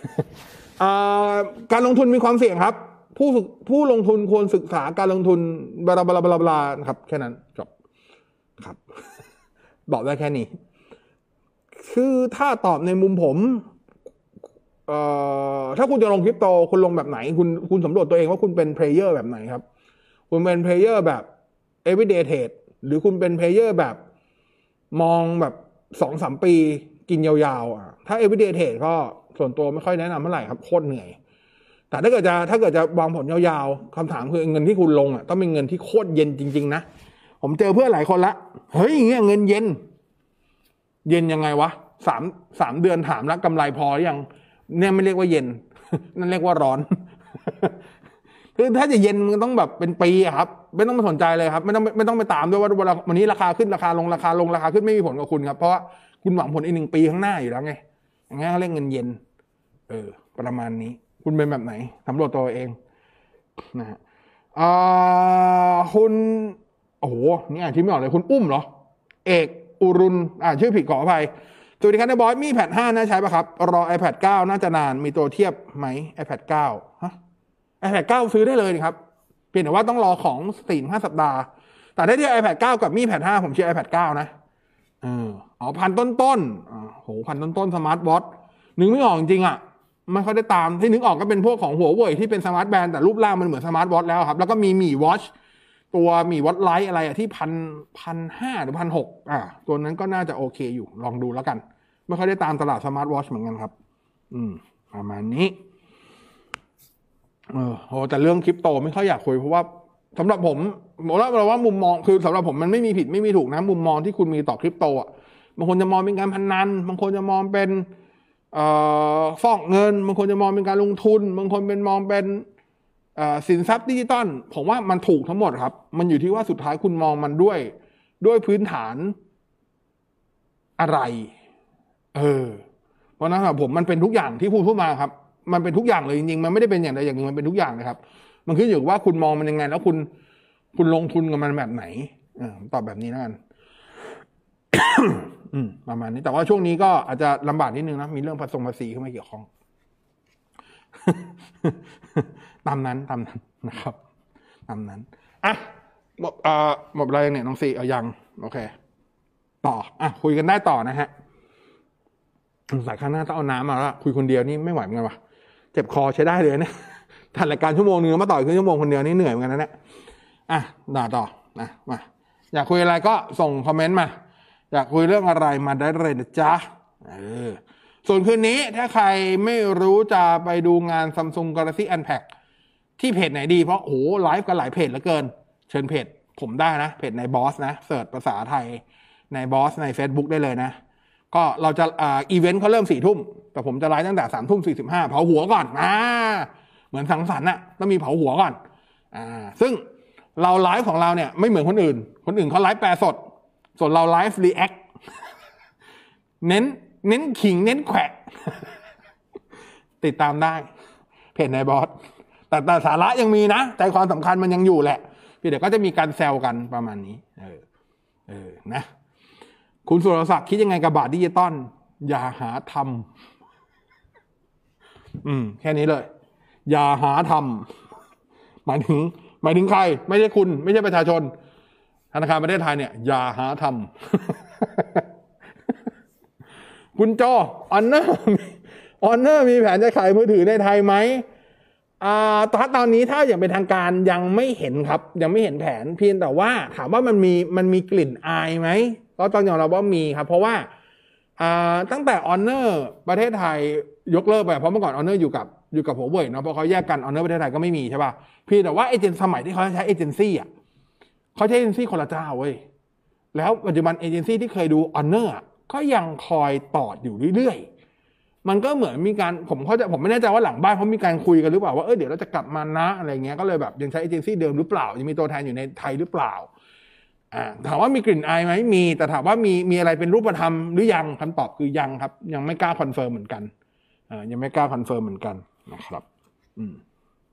การลงทุนมีความเสี่ยงครับผู้ผู้ลงทุนควรศึกษาการลงทุนบลาบลาบลาบลานะครับแค่นั้นจบครับ บอกได้แค่นี้คือถ้าตอบในมุมผมเอ่อถ้าคุณจะลงคริปโตคุณลงแบบไหนคุณคุณสำรวจตัวเองว่าคุณเป็นเพลเยอร์แบบไหนครับคุณเป็นเพลเยอร์แบบ everyday trade หรือคุณเป็นเพลเยอร์แบบมองแบบ สองถึงสาม ปีกินยาวๆอ่ะถ้า everyday trade ก็ส่วนตัวไม่ค่อยแนะนำเท่าไหร่ครับโคตรเหนื่อยแต่ถ้าเกิดจะถ้าเกิดจะวางผลยาวๆคำถามคือเงินที่คุณลงอ่ะต้องเป็นเงินที่โคตรเย็นจริงๆนะผมเจอเพื่อนหลายคนละเฮ้ยอย่างเงี้ยเงินเย็นเย็นยังไงวะสามสามเดือนถามแล้วกำไรพอหรือยังเนี่ยไม่เรียกว่าเย็น นั่นเรียกว่าร้อน คือถ้าจะเย็นมันต้องแบบเป็นปีครับไม่ต้องมาสนใจเลยครับไม่ต้องไม่ต้องไปตามด้วยว่าวันนี้ราคาขึ้นราคาลงราคาลงราคาขึ้นไม่มีผลกับคุณครับเพราะว่าคุณหวังผลอีกหนึ่งปีข้างหน้าอยู่แล้วไงอย่างงี้เขาเรียกเงินเย็นเออประมาณนี้คุณเป็นแบบไหนสำรวจตัวเองนะฮะอ่าคุณโอ้โหนี่อ่านชื่อไม่ออกเลยคุณอุ้มเหรอเอกอุรุณอ่านชื่อผิดขออภัยสวัสดีครับนายบอยมีแพดห้าน่าใช้ป่ะครับรอ iPad เก้าน่าจะนานมีตัวเทียบไหม iPad เก้าฮะ iPad เก้าซื้อได้เลยครับเพียงแต่ว่าต้องรอของ สี่ถึงห้า สัปดาห์แต่ถ้าเทียบ iPad เก้ากับมีแพดห้าผมเชียร์ iPad เก้านะเอออ๋อพันต้นๆอ๋อโหพันต้นๆสมาร์ทวอทช์นึกไม่ออกจริงๆอ่ะไม่ค่อยได้ตามที่นึกออกก็เป็นพวกของหัวเว่ยที่เป็นสมาร์ทแบนด์แต่รูปร่างมันเหมือนสมาร์ทวอทช์แล้วครับแล้วก็มีหมี่วอทช์ตัวหมี่วอทช์ไลท์อะไรอ่ะที่พันพันห้าหรือพันหกอ่าตัวนั้นก็น่าจะโอเคอยู่ลองดูแล้วกันไม่ค่อยได้ตามตลาดสมาร์ทวอทช์เหมือนกันครับอืมประมาณนี้เออโหแต่เรื่องคริปโตไม่ค่อยอยากคุยเพราะว่าสำหรับผมบอกแล้วเราว่ามุมมองคือสำหรับผมมันไม่มีผิดไม่มีถูกนะมุมมองที่คุณมีต่อคริปโตอ่ะบางคนจะมองเป็นการพนันบางคนจะมองเป็นเอ่อฟอกเงินบางคนจะมองเป็นการลงทุนบางคนเป็นมองเป็นเอ่อสินทรัพย์ดิจิตอลผมว่ามันถูกทั้งหมดครับมันอยู่ที่ว่าสุดท้ายคุณมองมันด้วยด้วยพื้นฐานอะไรเออเพราะนั้นครับผมมันเป็นทุกอย่างที่พูดพูดมาครับมันเป็นทุกอย่างเลยจริงๆมันไม่ได้เป็นอย่างใดอย่างหนึ่งมันเป็นทุกอย่างเลยครับมันขึ้นอยู่กับว่าคุณมองมันยังไงแล้วคุณคุณลงทุนกับมันแบบไหนอ่าตอบแบบนี้แล้วกัน อืมประมาณนี้แต่ว่าช่วงนี้ก็อาจจะลำบากนิดนึงนะมีเรื่องภาษีภาษีเข้ามาเกี่ยวข้อง ตามนั้นตามนั้นนะครับตามนั้นอ่ะหมดอ่าหมดอะไรเนี่ยน้องสี่เอายังโอเคต่ออ่ะคุยกันได้ต่อนะฮะสายข้างหน้าต้องเอาน้ำมาแล้วคุยคนเดียวนี่ไม่ไหวเหมือนกันวะเจ็บคอใช้ได้เลยนะทันรายการชั่วโมงนึงมาต่อยคือชั่วโมงคนเดียวนี่เหนื่อยเหมือนกันนะเนี่ยอ่ะด่าต่อนะมาอยากคุยอะไรก็ส่งคอมเมนต์มาอยากคุยเรื่องอะไรมาได้เลยนะจ๊ะเออส่วนคืนนี้ถ้าใครไม่รู้จะไปดูงาน Samsung Galaxy Unpacked ที่เพจไหนดีเพราะโอ้โหไลฟ์กันหลายเพจเหลือเกินเชิญเพจผมได้นะเพจในบอสนะเสิร์ชภาษาไทยในบอสใน Facebook ได้เลยนะก็เราจะอ่าอีเวนต์เขาเริ่มสี่ทุ่มแต่ผมจะไลฟ์ตั้งแต่สามทุ่มสี่สิบห้าเผาหัวก่อนอ่าเหมือนสังสรรค์น่ะต้องมีเผาหัวก่อนอ่าซึ่งเราไลฟ์ของเราเนี่ยไม่เหมือนคนอื่นคนอื่นเขาไลฟ์แปลสดส่วนเราไลฟ์รีแอคเน้นเน้นขิงเน้นแขวะติดตามได้เพจในบอสแต่แต่สาระยังมีนะใจความสำคัญมันยังอยู่แหละพี่เดี๋ยวก็จะมีการแซวกันประมาณนี้เออเออนะคุณสุรศักดิ์คิดยังไงกับบาทดิจิตอลอย่าหาทำอืมแค่นี้เลยอย่าหาทำหมายถึงหมายถึงใครไม่ใช่คุณไม่ใช่ประชาชนธนาคารประเทศไทยเนี่ยอย่าหาทำคุณจอออนเนอร์ออนเนอร์มีแผนจะขายมือถือในไทยไหมอ่าตอนนี้ถ้าอย่างเป็นทางการยังไม่เห็นครับยังไม่เห็นแผนเพียงแต่ว่าถามว่ามันมีมันมีกลิ่นอายไหมก็ต้องยอมรับว่ามีครับเพราะว่าอ่าตั้งแต่ออนเนอร์ประเทศไทยยกเลิกไปเพราะเมื่อก่อนออนเนอร์อยู่กับอยู่กับหัวเว่ยเนาะพอเขาแยกกันออนเนอร์ประเทศไทยก็ไม่มีใช่ป่ะเพียงแต่ว่าเอเจนต์สมัยที่เขาใช้เอเจนซี่อ่ะเขาใช้เอเจนซี่คนละเจ้าเว้ยแล้วปัจจุบันเอเจนซี่ที่เคยดูออนเนอร์ก็ยังคอยตอดอยู่เรื่อยๆมันก็เหมือนมีการผมเขาจะผมไม่แน่ใจว่าหลังบ้านเขามีการคุยกันหรือเปล่าว่าเออเดี๋ยวเราจะกลับมานะอะไรเงี้ยก็เลยแบบยังใช้เอเจนซี่เดิมหรือเปล่ายังมีตัวแทนอยู่ในไทยหรือเปล่าอ่าถามว่ามีกลิ่นอายไหมมีแต่ถามว่ามีมีอะไรเป็นรูปธรรมหรือยังคำตอบคือยังครับยังไม่กล้าคอนเฟิร์มเหมือนกันอ่ายังไม่กล้าคอนเฟิร์มเหมือนกันนะครับอืม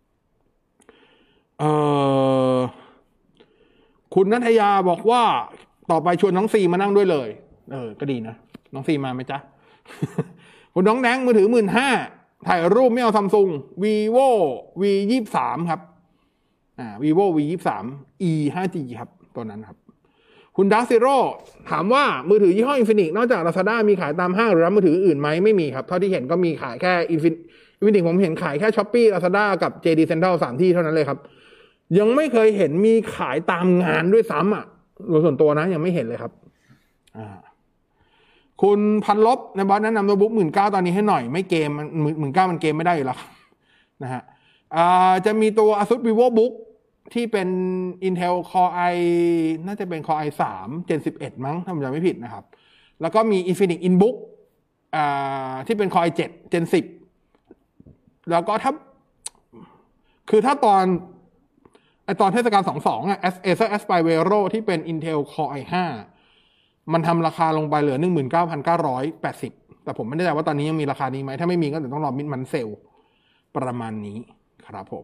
เอ่อคุณณัฐยาบอกว่าต่อไปชวนน้องซีมานั่งด้วยเลยเออก็ดีนะน้องซีมาไหมจ๊ะ คุณน้องแดงมือถือหมื่นห้าถ่ายรูปไม่เอาซัมซุง vivo v ยี่สิบสามครับอ่า vivo v ยี่สิบสาม e ห้าจี ครับตัวนั้นครับคุณดาร์ซิโร่ถามว่ามือถือยี่ห้อ Infinix นอกจาก Lazada มีขายตามห้างหรือร้านมือถืออื่นไหมไม่มีครับเท่าที่เห็นก็มีขายแค่ Infinix Infinix ผมเห็นขายแค่ Shopee Lazada กับ เจ ดี Central สามที่เท่านั้นเลยครับยังไม่เคยเห็นมีขายตามงานด้วยซ้ำอ่ะโดยส่วนตัวนะยังไม่เห็นเลยครับอ่าคุณพันลบในบอสแนะนำโน้ตบุ๊กหมื่นเก้าตอนนี้ให้หน่อยไม่เกมมันหมื่นเก้ามันเกมไม่ได้อยู่แล้วนะฮะอ่าจะมีตัว Asus VivoBook ที่เป็น Intel Core i น่าจะเป็น Core ไอ สาม Gen สิบเอ็ดมั้งถ้าผมจำไม่ผิดนะครับแล้วก็มี Infinix InBook อ่าที่เป็น Core ไอ เจ็ด Gen สิบแล้วก็ถ้าคือถ้าตอนไอตอนเทศกาลสองสิบสองอ่ะ Acer Aspire Vero ที่เป็น Intel Core ไอ ห้ามันทำราคาลงไปเหลือ หนึ่งหมื่นเก้าพันเก้าร้อยแปดสิบ แต่ผมไม่แน่ใจว่าตอนนี้ยังมีราคานี้ไหมถ้าไม่มีก็ต้องรอมิดมันเซลประมาณนี้ครับผม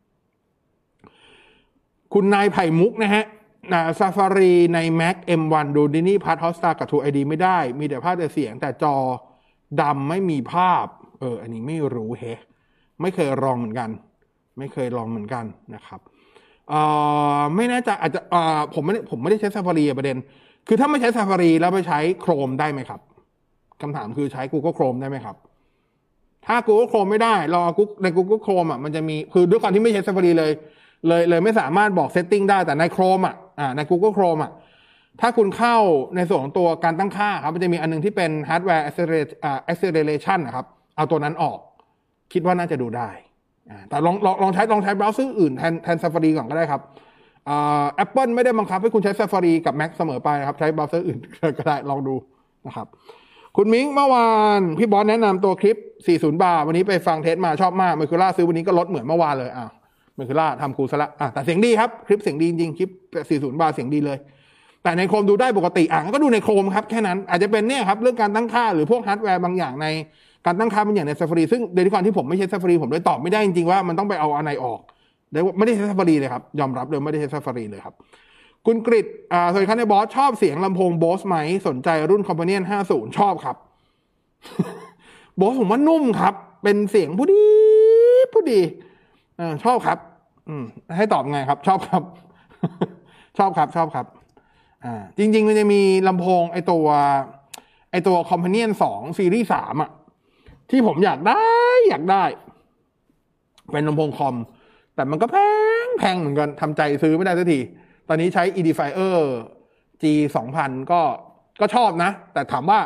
คุณนายไผ่มุกนะฮะนะ Safari ใน Mac เอ็ม วัน ดู Disney Plus Hotstar กับ True ไอ ดี ไม่ได้มีแต่ภาพแต่เสียงแต่จอดำไม่มีภาพเอออันนี้ไม่รู้เฮไม่เคยลองเหมือนกันไม่เคยลองเหมือนกันนะครับเอ่อไม่แน่ใจอาจจะเอ่อผมไม่ได้ผมไม่ได้ใช้ Safari ประเด็นคือถ้าไม่ใช้ Safari แล้วไปใช้ Chrome ได้ไหมครับคำถามคือใช้ Google Chrome ได้ไหมครับถ้า Google Chrome ไม่ได้รอใน Google Chrome อ่ะมันจะมีคือด้วยความที่ไม่ใช้ Safari เลยเลยเลยไม่สามารถบอก setting ได้แต่ใน Chrome อ่ะอ่าใน Google Chrome อ่ะถ้าคุณเข้าในส่วนของตัวการตั้งค่าครับมันจะมีอันนึงที่เป็น hardware acceleration นะครับเอาตัวนั้นออกคิดว่าน่าจะดูได้แต่ลองลองลองใช้ลองใช้เบราว์เซอร์อื่นแทนแทน Safari ก่อนก็ได้ครับอ่า Apple ไม่ได้บังคับให้คุณใช้ Safari กับ Mac เสมอไปนะครับใช้เบราว์เซอร์อื่นก็ได้ลองดูนะครับคุณมิ้งเมื่อวานพี่บอสแนะนำตัวคลิปสี่สิบบาทวันนี้ไปฟังเทสมาชอบมากเมอร์คิวล่าซื้อวันนี้ก็ลดเหมือนเมื่อวานเลยอ้าวเมอร์คิวล่าทำกูซะละอ่ะแต่เสียงดีครับคลิปเสียงดีจริงคลิปสี่สิบบาทเสียงดีเลยแต่ในโครมดูได้ปกติอ่ะก็ดูในโครมครับแค่นั้นอาจจะเป็นเนี่ยครับเรื่องการตั้งค่าหรือพวกฮาร์ดแวร์บางอย่างในการตั้งค่าบางอย่างใน Safari ซึ่งโดยที่ก่อนที่ผมไม่ใช้ Safari ผมเลยตอบไม่ได้จริงๆว่ามันต้องไปเอาอันไหนออกไม่ได้ใช้ Safari เลยครับยอมรับเลยไม่ได้ใช้ Safari เลยครับคุณกฤษอ่าสวัสดีครับในบอสชอบเสียงลำโพง Bose ไหมสนใจรุ่น Companion ห้าสิบชอบครับ Bose ผมว่านุ่มครับเป็นเสียงผู้ดีผู้ดีอ่าชอบครับอืมให้ตอบไงครับชอบครับ ชอบครับชอบครับอ่าจริงๆมันจะมีลำโพงไอตัวไอตัว Companion สองซีรีส์สามอ่ะที่ผมอยากได้อยากได้เป็นลำโพงคอมแต่มันก็แพงแพงเหมือนกันทำใจซื้อไม่ได้สักทีตอนนี้ใช้ Edifier จี สองพัน ก็ก็ชอบนะแต่ถามว่า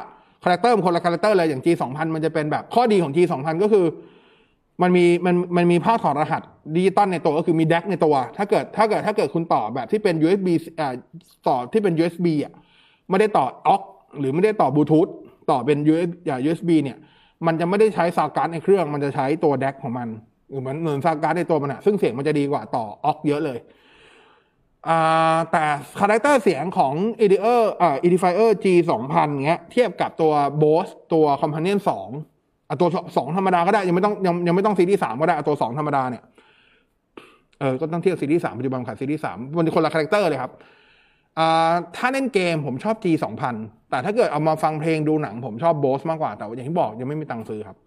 คาแรคเตอร์มันคนละคาแรคเตอร์เลยอย่าง จี สองพัน มันจะเป็นแบบข้อดีของ จี สองพัน ก็คือมันมีมันมันมีภาคถอดรหัสดิจิตอลในตัวก็คือมี ดี เอ ซี ในตัวถ้าเกิดถ้าเกิดถ้าเกิดคุณต่อแบบที่เป็น ยู เอส บี อ่าต่อที่เป็น ยู เอส บี อ่ะไม่ได้ต่อ ออก หรือไม่ได้ต่อบลูทูธต่อเป็น ยู เอส อ่า ยู เอส บี เนี่ยมันจะไม่ได้ใช้ซาวด์การ์ดในเครื่องมันจะใช้ตัว ดี เอ ซี ของมันเหมือนเหมือนซาวด์การ์ดในตัวมันอะซึ่งเสียงมันจะดีกว่าต่อ ออก เยอะเลยอ่าแต่คาแรคเตอร์เสียงของ Edifier อ่า Edifier จี สองพัน เงี้ยเทียบกับตัว Bose ตัว Companion สองอ่ะตัวสองธรรมดาก็ได้ยังไม่ต้องยังยังไม่ต้องซีรีส์สามก็ได้ตัวสองธรรมดาเนี่ยเออก็ต้องเทียบซีรีส์สามปัจจุบันขายซีรีส์สามมันคนละคาแรคเตอร์เลยครับอ่าถ้าเล่นเกมผมชอบ จี สองพัน แต่ถ้าเกิดเอามาฟังเพลงดูหนังผมชอบ Bose มากกว่าแต่อย่างที่บอกยังไม่มีตังค์ซื้อครับ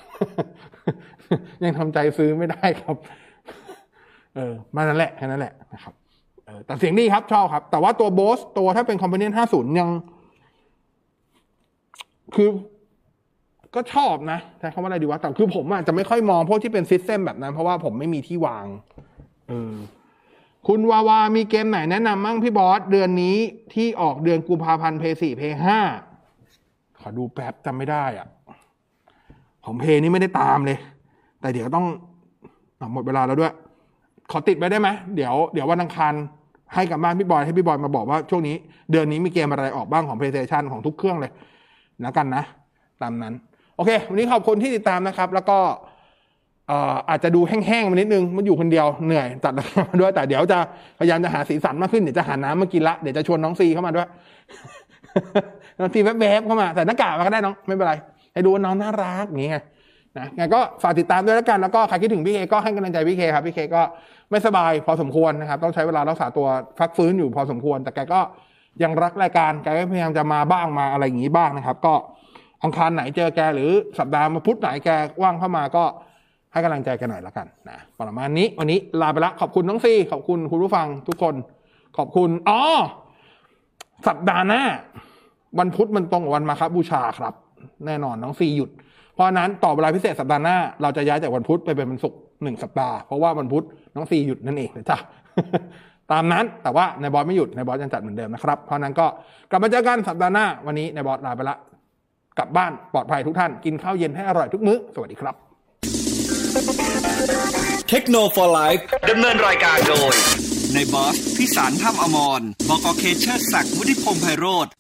ยังทำใจซื้อไม่ได้ครับเออมานั่นแหละแค่นั้นแหละนะครับเออแต่เสียงดีครับชอบครับแต่ว่าตัว Bose ตัวถ้าเป็น Companion ห้าสิบยังคือก็ชอบนะใช้คำว่าอะไรดีวะแต่คือผมอ่ะจะไม่ค่อยมองพวกที่เป็นซิสเต็มแบบนั้นเพราะว่าผมไม่มีที่วางเออคุณวาวามีเกมไหนแนะนำมั่งพี่บอสเดือนนี้ที่ออกเดือนกุมภาพันธ์ เพย์ โฟร์ เพย์ ไฟว์ ขอดูแป๊บจำไม่ได้อ่ะผมเพย์นี่ไม่ได้ตามเลยแต่เดี๋ยวต้องหมดเวลาแล้วด้วยขอติดไปได้ไหมเดี๋ยวเดี๋ยววันอังคารให้กับบ้านพี่บอยให้พี่บอยมาบอกว่าช่วงนี้เดือนนี้มีเกมอะไรออกบ้างของ PlayStation ของทุกเครื่องเลยนะกันนะตามนั้นโอเควันนี้ขอบคุณที่ติดตามนะครับแล้วก็เอ่ออาจจะดูแห้งๆมานิดนึงมันอยู่คนเดียวเหนื่อยจัดมาด้วยแต่เดี๋ยวจะพยายามจะหาสีสันมากขึ้นเดี๋ยวจะหาน้ำมากินละเดี๋ยวจะชวนน้องซีเข้ามาด้วย น้องซีแวบๆเข้ามาใส่หน้ากากมาก็ได้น้องไม่เป็นไรให้ดูว่าน้องน่ารักอย่างงี้ไงนะงั้นก็ฝากติดตามด้วยแล้วกันแล้วก็ใครคิดถึงพี่เคก็ให้กำลังใจพี่เคครับพี่เคก็ไม่สบายพอสมควรนะครับต้องใช้เวลารักษาตัวพักฟื้นอยู่พอสมควรแต่แกก็ยังรักรายการแกก็พยายามจะมาบ้างมาอะไรอย่างนี้บ้างนะครับก็อังคารไหนเจอแกหรือสัปดาห์มาพุธไหนแกว่างเข้ามาก็ให้กำลังใจกันหน่อยละกันนะประมาณนี้วันนี้ลาไปละขอบคุณน้องซีขอบคุณคุณผู้ฟังทุกคนขอบคุณอ๋อสัปดาห์หน้าวันพุธมันตรงกับวันมาฆบูชาครับแน่นอนน้องซีหยุดเพราะนั้นต่อเวลาพิเศษสัปดาห์หน้าเราจะย้ายจากวันพุธไปเป็นวันศุกร์หนึ่งสัปดาห์เพราะว่าวันพุธน้องซีหยุดนั่นเองนะจ๊ะ ตามนั้นแต่ว่าในบอสไม่หยุดในบอสยังจัดเหมือนเดิมนะครับเพราะนั้นก็กลับมาเจอกันสัปดาห์หน้าวันนี้ในบอสลาไปละกลับบ้านปลอดภัยทุกท่านกินข้าวเย็นให้อร่อยทุกมื้อสวัสดีครับ Techno for Life ดำเนินรายการโดยในบอสพิสารถ้ำอมร บก.เคเชอร์ศักดิ์วุฒิพงษ์ไพโรจน์